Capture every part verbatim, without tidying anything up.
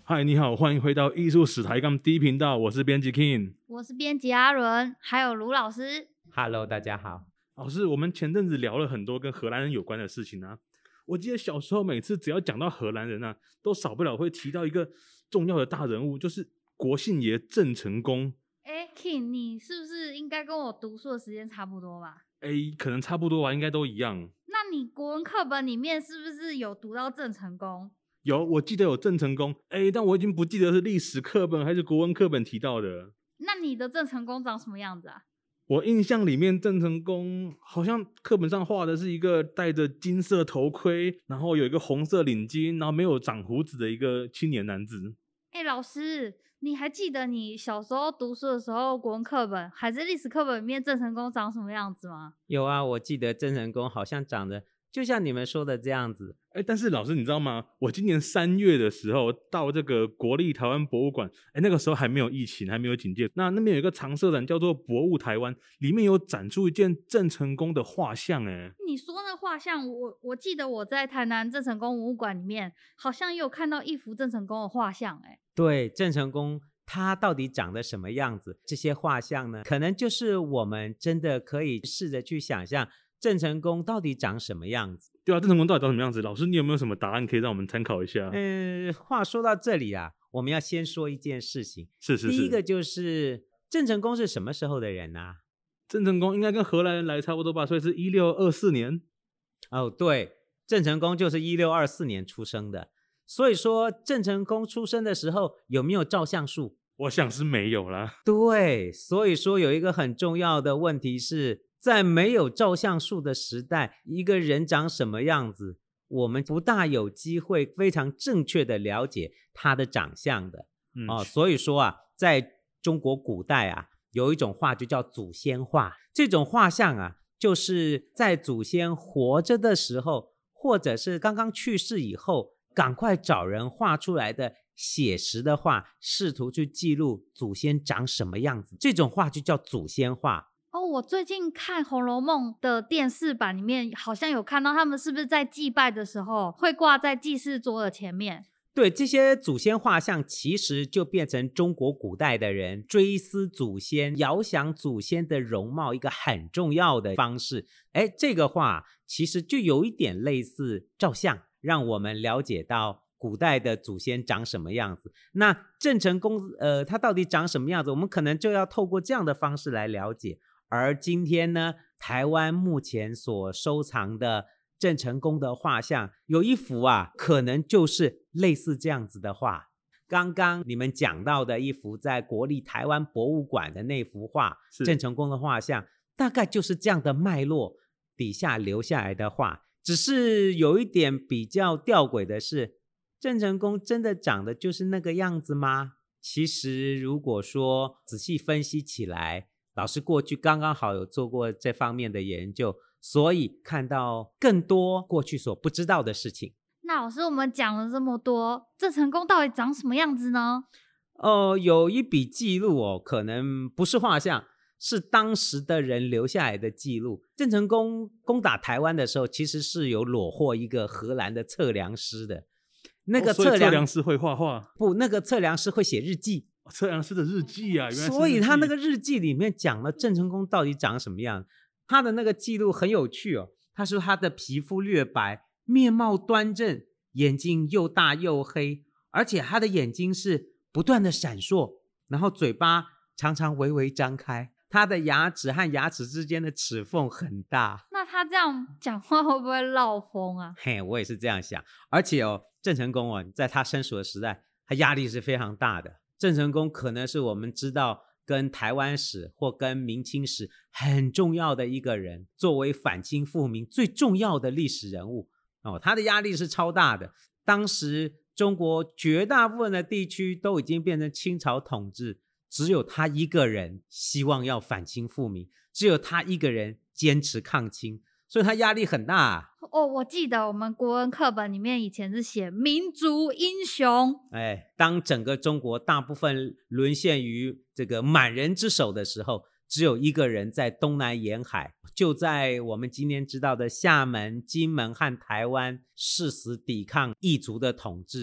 嗨，你好，欢迎回到艺术史抬杠第一频道，我是编辑 King， 我是编辑阿伦，还有卢老师。 Hello， 大家好。 老师，我们前阵子聊了很多跟荷兰人有关的事情啊。我记得小时候每次只要讲到荷兰人啊，都少不了会提到一个重要的大人物，就是国姓爷郑成功。 哎 ，King， 你是不是应该跟我读书的时间差不多吧？ 哎，可能差不多吧，应该都一样。 那你国文课本里面是不是有读到郑成功？ 有，我记得有郑成功，哎，但我已经不记得是历史课本还是国文课本提到的。 那你的郑成功长什么样子啊？ 我印象里面郑成功好像课本上画的是一个戴着金色头盔，然后有一个红色领巾，然后没有长胡子的一个青年男子。 哎，老师，你还记得你小时候读书的时候，国文课本还是历史课本里面郑成功长什么样子吗？ 有啊，我记得郑成功好像长得就像你们说的这样子。 哎，但是老师你知道吗？我今年三月的时候到这个国立台湾博物馆，哎，那个时候还没有疫情，还没有警戒。那那边有一个常设展叫做博物台湾，里面有展出一件郑成功的画像。哎， 你说那画像，我我记得我在台南郑成功文物馆里面好像也有看到一幅郑成功的画像。哎， 对，郑成功他到底长得什么样子？这些画像呢，可能就是我们真的可以试着去想象郑成功到底长什么样子。 对啊，郑成功到底长什么样子？老师，你有没有什么答案可以让我们参考一下？ 嗯，话说到这里啊，我们要先说一件事情。 是是是。 第一个就是郑成功是什么时候的人啊？ 郑成功应该跟荷兰人来差不多吧，所以是一六二四年。 哦，对，郑成功就是一六二四年出生的。所以说郑成功出生的时候有没有照相术？ 我想是没有啦。 对，所以说有一个很重要的问题是，在没有照相术的时代，一个人长什么样子，我们不大有机会非常正确的了解他的长相的。嗯哦、所以说啊，在中国古代啊，有一种画就叫祖先画。这种画像啊，就是在祖先活着的时候，或者是刚刚去世以后，赶快找人画出来的写实的画，试图去记录祖先长什么样子，这种画就叫祖先画。 哦，我最近看《红楼梦》的电视版里面，好像有看到他们是不是在祭拜的时候会挂在祭祀桌的前面？ 对，这些祖先画像其实就变成中国古代的人追思祖先、遥想祖先的容貌一个很重要的方式。哎，这个画其实就有一点类似照相，让我们了解到古代的祖先长什么样子。那郑成功呃，他到底长什么样子，我们可能就要透过这样的方式来了解。而今天呢，台湾目前所收藏的郑成功的画像有一幅啊，可能就是类似这样子的画。刚刚你们讲到的一幅在国立台湾博物馆的那幅画，郑成功的画像，大概就是这样的脉络底下留下来的画。只是有一点比较吊诡的是，郑成功真的长得就是那个样子吗？其实如果说仔细分析起来，老师过去刚刚好有做过这方面的研究，所以看到更多过去所不知道的事情。 那老师，我们讲了这么多，郑成功到底长什么样子呢？ 哦，有一笔记录哦，可能不是画像，是当时的人留下来的记录。郑成功攻打台湾的时候，其实是有虏获一个荷兰的测量师的。那个测量、 哦、测量师会画画？ 不，那个测量师会写日记。 测量师的日记啊，原来是日记。 所以他那个日记里面讲了郑成功到底长什么样。他的那个记录很有趣哦，他说他的皮肤略白，面貌端正，眼睛又大又黑，而且他的眼睛是不断的闪烁，然后嘴巴常常微微张开，他的牙齿和牙齿之间的齿缝很大。 那他这样讲话会不会闹疯啊？ 嘿，我也是这样想。而且哦，郑成功哦，在他身处的时代，他压力是非常大的。郑成功可能是我们知道跟台湾史或跟明清史很重要的一个人，作为反清复明最重要的历史人物哦，他的压力是超大的。当时中国绝大部分的地区都已经变成清朝统治，只有他一个人希望要反清复明，只有他一个人坚持抗清，所以他压力很大啊。 哦，我记得我们国文课本里面以前是写民族英雄。 哎，当整个中国大部分沦陷于这个满人之手的时候，只有一个人在东南沿海，就在我们今天知道的厦门、金门和台湾誓死抵抗异族的统治。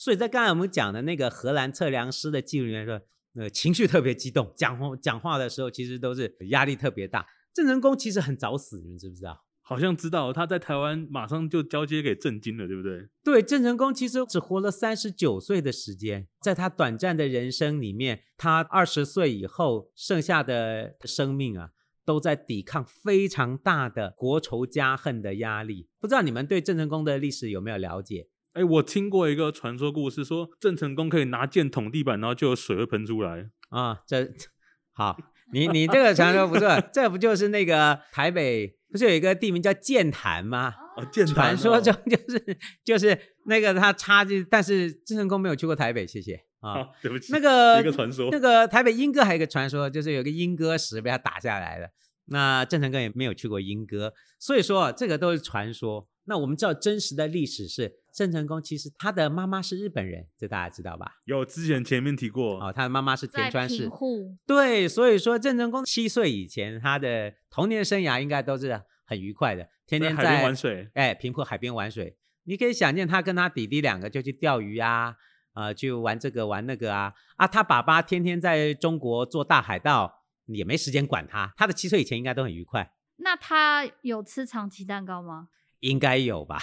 所以在刚才我们讲的那个荷兰测量师的记录里面说，呃，情绪特别激动，讲话讲话的时候其实都是压力特别大。郑成功其实很早死，你们知不知道？ 好像知道，他在台湾马上就交接给郑经了，对不对？ 对，郑成功其实只活了三十九岁的时间，在他短暂的人生里面，他二十岁以后剩下的生命啊，都在抵抗非常大的国仇家恨的压力。不知道你们对郑成功的历史有没有了解？ 哎，我听过一个传说故事，说郑成功可以拿剑捅地板，然后就有水会喷出来啊。这好，你你这个传说不错，这不就是那个台北不是有一个地名叫剑潭吗？ 哦，剑潭、 传说中就是就是那个他插进，但是郑成功没有去过台北，谢谢啊、 哦，对不起， 那个一个传说， 那个台北莺歌还有一个传说，就是有个莺歌石被他打下来了。那郑成功也没有去过莺歌，所以说这个都是传说。那我们知道真实的历史是郑成功其实他的妈妈是日本人，这大家知道吧？ 有，之前前面提过哦，他的妈妈是田川氏，对，所以说郑成功七岁以前他的童年生涯应该都是很愉快的，天天在海边玩水， 哎，平埔海边玩水。你可以想见他跟他弟弟两个就去钓鱼啊，呃，去玩这个玩那个啊啊，他爸爸天天在中国做大海盗，也没时间管他。他的七岁以前应该都很愉快。 那他有吃长崎蛋糕吗？ 应该有吧。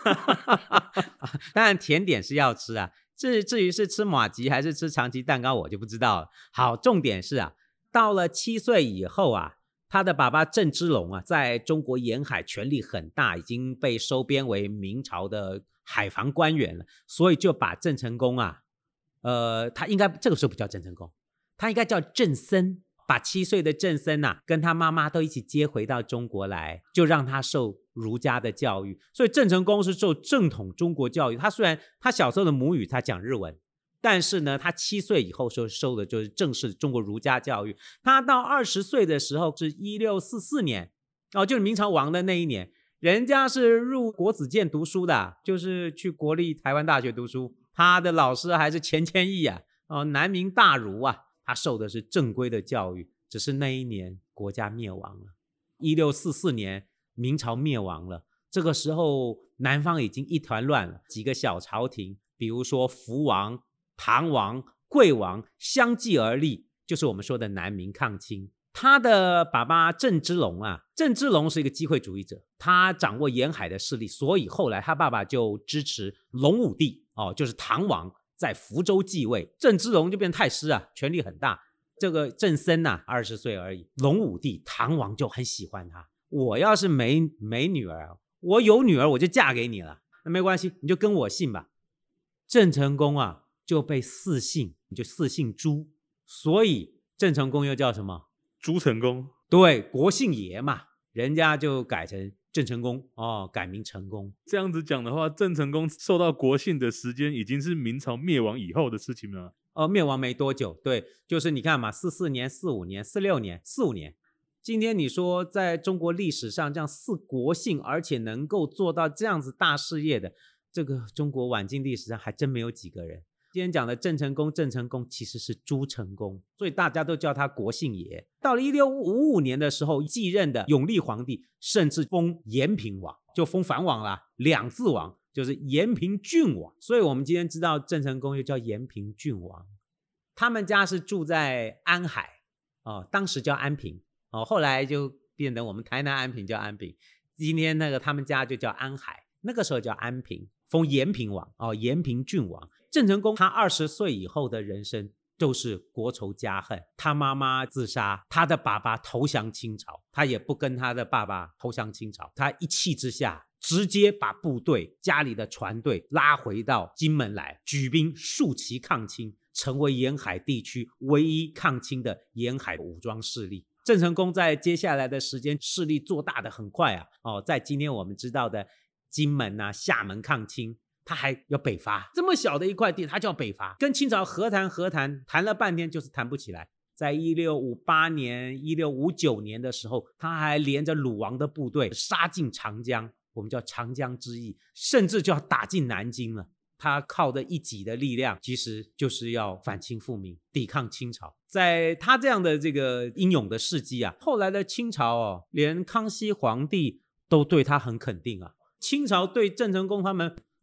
当然甜点是要吃啊，至至于是吃麻糬还是吃长崎蛋糕我就不知道了。好，重点是啊，到了七岁以后啊，他的爸爸郑芝龙啊，在中国沿海权力很大，已经被收编为明朝的海防官员了，所以就把郑成功啊，呃，他应该这个时候不叫郑成功，他应该叫郑森，把七岁的郑森啊，跟他妈妈都一起接回到中国来，就让他受儒家的教育。所以郑成功是受正统中国教育，他虽然他小时候的母语他讲日文，但是呢，他七岁以后受受的就是正式中国儒家教育。他到二十岁的时候是一六四四年，哦，就是明朝亡的那一年，人家是入国子监读书的，就是去国立台湾大学读书，他的老师还是钱谦益啊，哦，南明大儒啊，他受的是正规的教育。只是那一年国家灭亡了，一六四四年明朝灭亡了，这个时候南方已经一团乱了，几个小朝廷，比如说福王、唐王、贵王相继而立，就是我们说的南明抗清。他的爸爸郑芝龙啊，郑芝龙是一个机会主义者，他掌握沿海的势力，所以后来他爸爸就支持隆武帝，哦，就是唐王在福州继位，郑芝龙就变太师啊，权力很大。这个郑森啊，二十岁而已，隆武帝唐王就很喜欢他，我要是没没女儿，我有女儿我就嫁给你了，那没关系，你就跟我姓吧。郑成功啊就被四姓，你就四姓朱，所以郑成功又叫什么？ 朱成功。 对，国姓爷嘛，人家就改成郑成功，哦，改名成功。 这样子讲的话，郑成功受到国姓的时间已经是明朝灭亡以后的事情了。 哦，灭亡没多久，对，就是你看嘛，四四年、四五年、四六年、四五年。今天你说在中国历史上这样四国姓，而且能够做到这样子大事业的，这个中国晚近历史上还真没有几个人。今天讲的郑成功，郑成功其实是朱成功，所以大家都叫他国姓爷。到了一六五五年的时候，继任的永历皇帝甚至封延平王，就封反王啦，两字王。就是延平郡王，所以我们今天知道郑成功又叫延平郡王。他们家是住在安海，哦，当时叫安平，哦，后来就变成我们台南安平叫安平，今天那个他们家就叫安海，那个时候叫安平，封延平王，哦，延平郡王。郑成功他二十岁以后的人生都是国仇家恨，他妈妈自杀，他的爸爸投降清朝，他也不跟他的爸爸投降清朝，他一气之下直接把部队家里的船队拉回到金门来，举兵竖旗抗清，成为沿海地区唯一抗清的沿海武装势力。郑成功在接下来的时间势力做大的很快啊，哦，在今天我们知道的金门啊、厦门抗清，他还要北伐，这么小的一块地他就要北伐，跟清朝和谈和谈，谈了半天就是谈不起来。在一六五八年、一六五九年的时候，他还连着鲁王的部队杀进长江，我们叫长江之役，甚至就要打进南京了。他靠的一己的力量，其实就是要反清复明，抵抗清朝。在他这样的这个英勇的事迹啊，后来的清朝哦，连康熙皇帝都对他很肯定啊。清朝对郑成功他们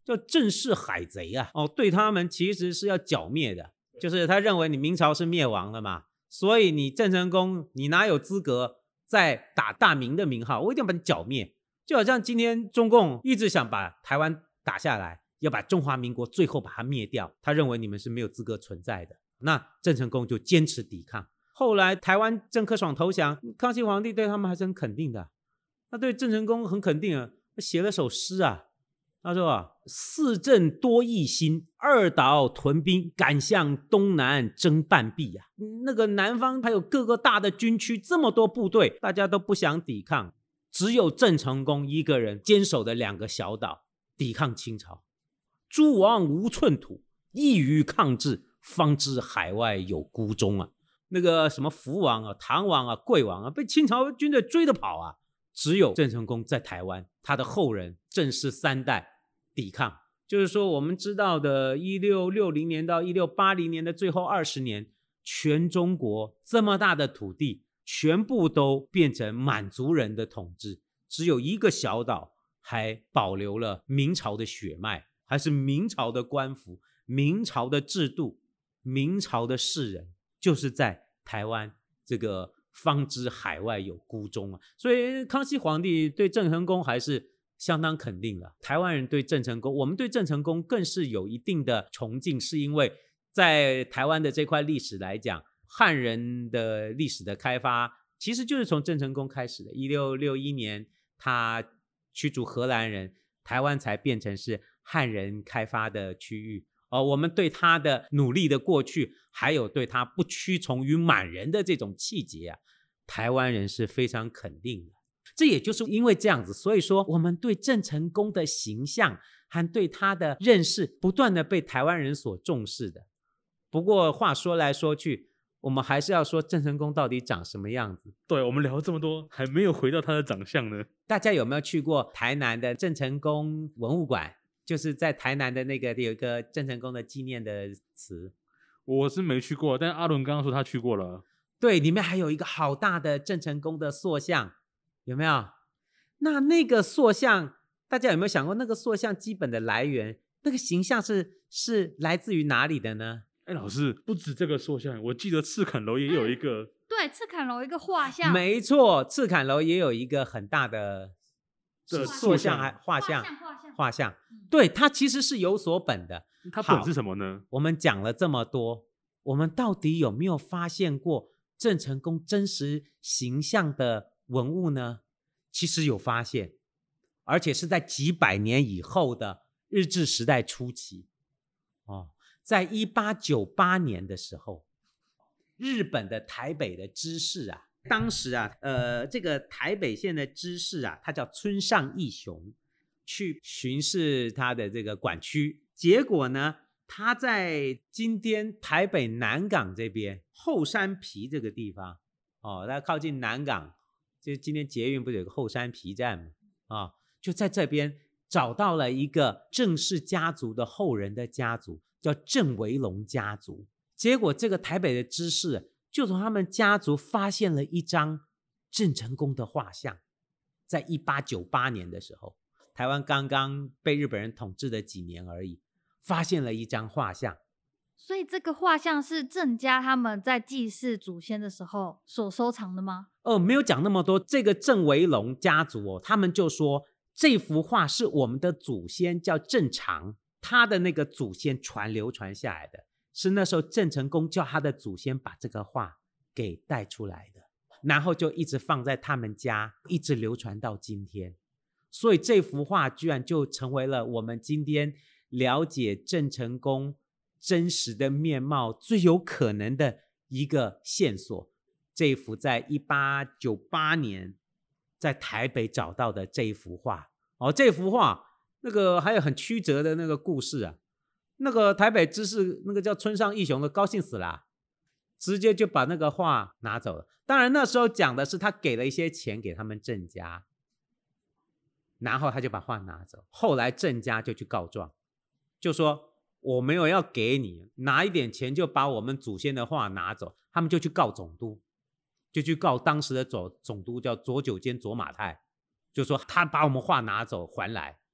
叫郑氏海贼啊，哦，对他们其实是要剿灭的，就是他认为你明朝是灭亡了嘛，所以你郑成功你哪有资格再打大明的名号，我一定要把你剿灭。就好像今天中共一直想把台湾打下来，要把中华民国最后把它灭掉，他认为你们是没有资格存在的，那郑成功就坚持抵抗。后来台湾郑克爽投降，康熙皇帝对他们还是很肯定的，他对郑成功很肯定啊，写了首诗啊，他说啊，四镇多异心，二岛屯兵，赶向东南征半壁啊。那个南方还有各个大的军区，这么多部队，大家都不想抵抗，只有郑成功一个人坚守的两个小岛抵抗清朝。诸王无寸土，一于抗至，方知海外有孤忠啊。那个什么福王啊、唐王啊、贵王啊，被清朝军队追着跑啊，只有郑成功在台湾，他的后人郑氏三代抵抗。就是说我们知道的一六六零年到一六八零年的最后二十年，全中国这么大的土地全部都变成满族人的统治，只有一个小岛还保留了明朝的血脉，还是明朝的官服、明朝的制度、明朝的士人，就是在台湾这个方知海外有孤忠啊。所以康熙皇帝对郑成功还是相当肯定的。台湾人对郑成功，我们对郑成功更是有一定的崇敬，是因为在台湾的这块历史来讲，汉人的历史的开发其实就是从郑成功开始的。一六六一年他驱逐荷兰人，台湾才变成是汉人开发的区域。哦，我们对他的努力的过去，还有对他不屈从于满人的这种气节啊，台湾人是非常肯定的。这也就是因为这样子，所以说我们对郑成功的形象和对他的认识不断的被台湾人所重视的。不过话说来说去，我们还是要说郑成功到底长什么样子。 对，我们聊这么多还没有回到他的长相呢。 大家有没有去过台南的郑成功文物馆？就是在台南的那个有一个郑成功的纪念的祠。 我是没去过，但阿伦刚刚说他去过了。 对，里面还有一个好大的郑成功的塑像，有没有？那那个塑像大家有没有想过，那个塑像基本的来源，那个形象是是来自于哪里的呢？ 哎，老师，不止这个塑像，我记得赤坎楼也有一个、嗯、 对，赤坎楼一个画像。 没错，赤坎楼也有一个很大的塑像还画像画像，对，它其实是有所本的。 它本是什么呢？ 我们讲了这么多，我们到底有没有发现过郑成功真实形象的文物呢？其实有发现，而且是在几百年以后的日治时代初期。哦，在一八九八年的时候，日本的台北的知事啊，当时啊，呃，这个台北县的知事啊，他叫村上义雄，去巡视他的这个管区。结果呢，他在今天台北南港这边后山埤这个地方，哦，他靠近南港，就今天捷运不是有个后山埤站吗？啊、哦，就在这边找到了一个郑氏家族的后人的家族，叫郑维龙家族。结果这个台北的知事就从他们家族发现了一张郑成功的画像。在一八九八年的时候，台湾刚刚被日本人统治的几年而已，发现了一张画像。 所以这个画像是郑家他们在祭祀祖先的时候所收藏的吗？ 哦，没有讲那么多。这个郑维龙家族哦，他们就说这幅画是我们的祖先叫郑长，他的那个祖先传流传下来的，是那时候郑成功叫他的祖先把这个画给带出来的，然后就一直放在他们家，一直流传到今天。所以这幅画居然就成为了我们今天了解郑成功真实的面貌最有可能的一个线索。这一幅在一八九八年在台北找到的这一幅画，哦，这幅画那个还有很曲折的那个故事啊。那个台北知事那个叫村上义雄的高兴死了、啊，直接就把那个画拿走了。当然那时候讲的是他给了一些钱给他们郑家，然后他就把画拿走。后来郑家就去告状，就说我没有要给你，拿一点钱就把我们祖先的画拿走。他们就去告总督，就去告当时的总总督叫左九间左马太，就说他把我们画拿走还来。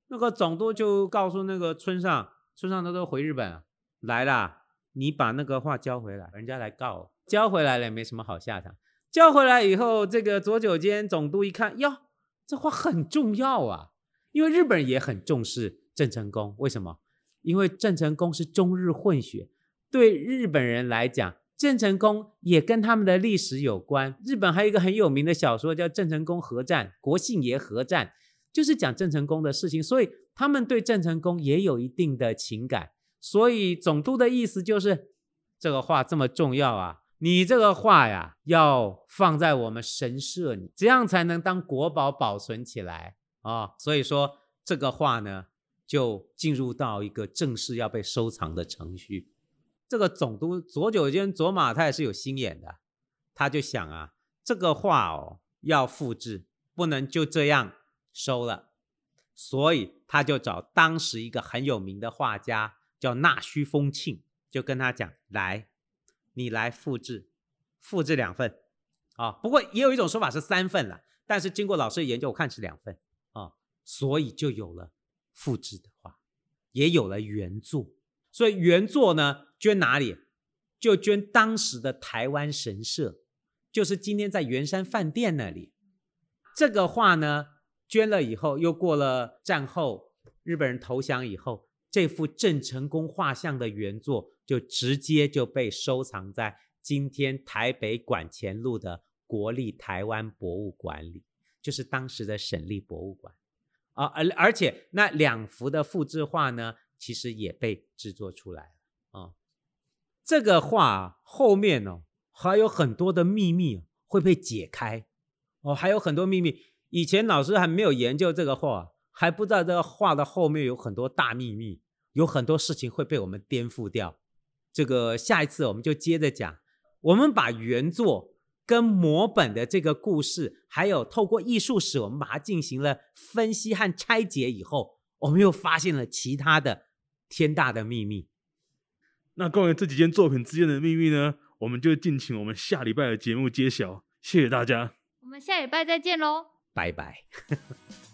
那个总督就告诉那个村上，村上他都回日本了，来啦，你把那个画交回来，人家来告，交回来了也没什么好下场。交回来以后，这个佐久间总督一看，哟，这画很重要啊，因为日本人也很重视郑成功。为什么？因为郑成功是中日混血，对日本人来讲，郑成功也跟他们的历史有关。日本还有一个很有名的小说叫《郑成功合战》，国姓爷合战，就是讲郑成功的事情，所以他们对郑成功也有一定的情感。所以总督的意思就是，这个画这么重要啊，你这个画呀要放在我们神社里，这样才能当国宝保存起来啊、哦。所以说这个画呢就进入到一个正式要被收藏的程序。这个总督佐久间左马太是有心眼的，他就想啊，这个画哦要复制，不能就这样收了，所以他就找当时一个很有名的画家叫纳须丰庆，就跟他讲，来，你来复制，复制两份啊。不过也有一种说法是三份了，但是经过老师的研究，我看是两份啊，所以就有了复制的画，也有了原作。所以原作呢，捐哪里？就捐当时的台湾神社，就是今天在圆山饭店那里。这个画呢，捐了以后，又过了战后，日本人投降以后，这幅郑成功画像的原作就直接就被收藏在今天台北馆前路的国立台湾博物馆里，就是当时的省立博物馆啊。而而且那两幅的复制画呢，其实也被制作出来了啊。这个画后面哦，还有很多的秘密会被解开哦，还有很多秘密。以前老师还没有研究这个画，还不知道这个画的后面有很多大秘密，有很多事情会被我们颠覆掉。这个下一次我们就接着讲，我们把原作跟摹本的这个故事，还有透过艺术史，我们把它进行了分析和拆解以后，我们又发现了其他的天大的秘密。 那关于这几件作品之间的秘密呢，我们就敬请我们下礼拜的节目揭晓。谢谢大家， 我们下礼拜再见喽， 拜拜。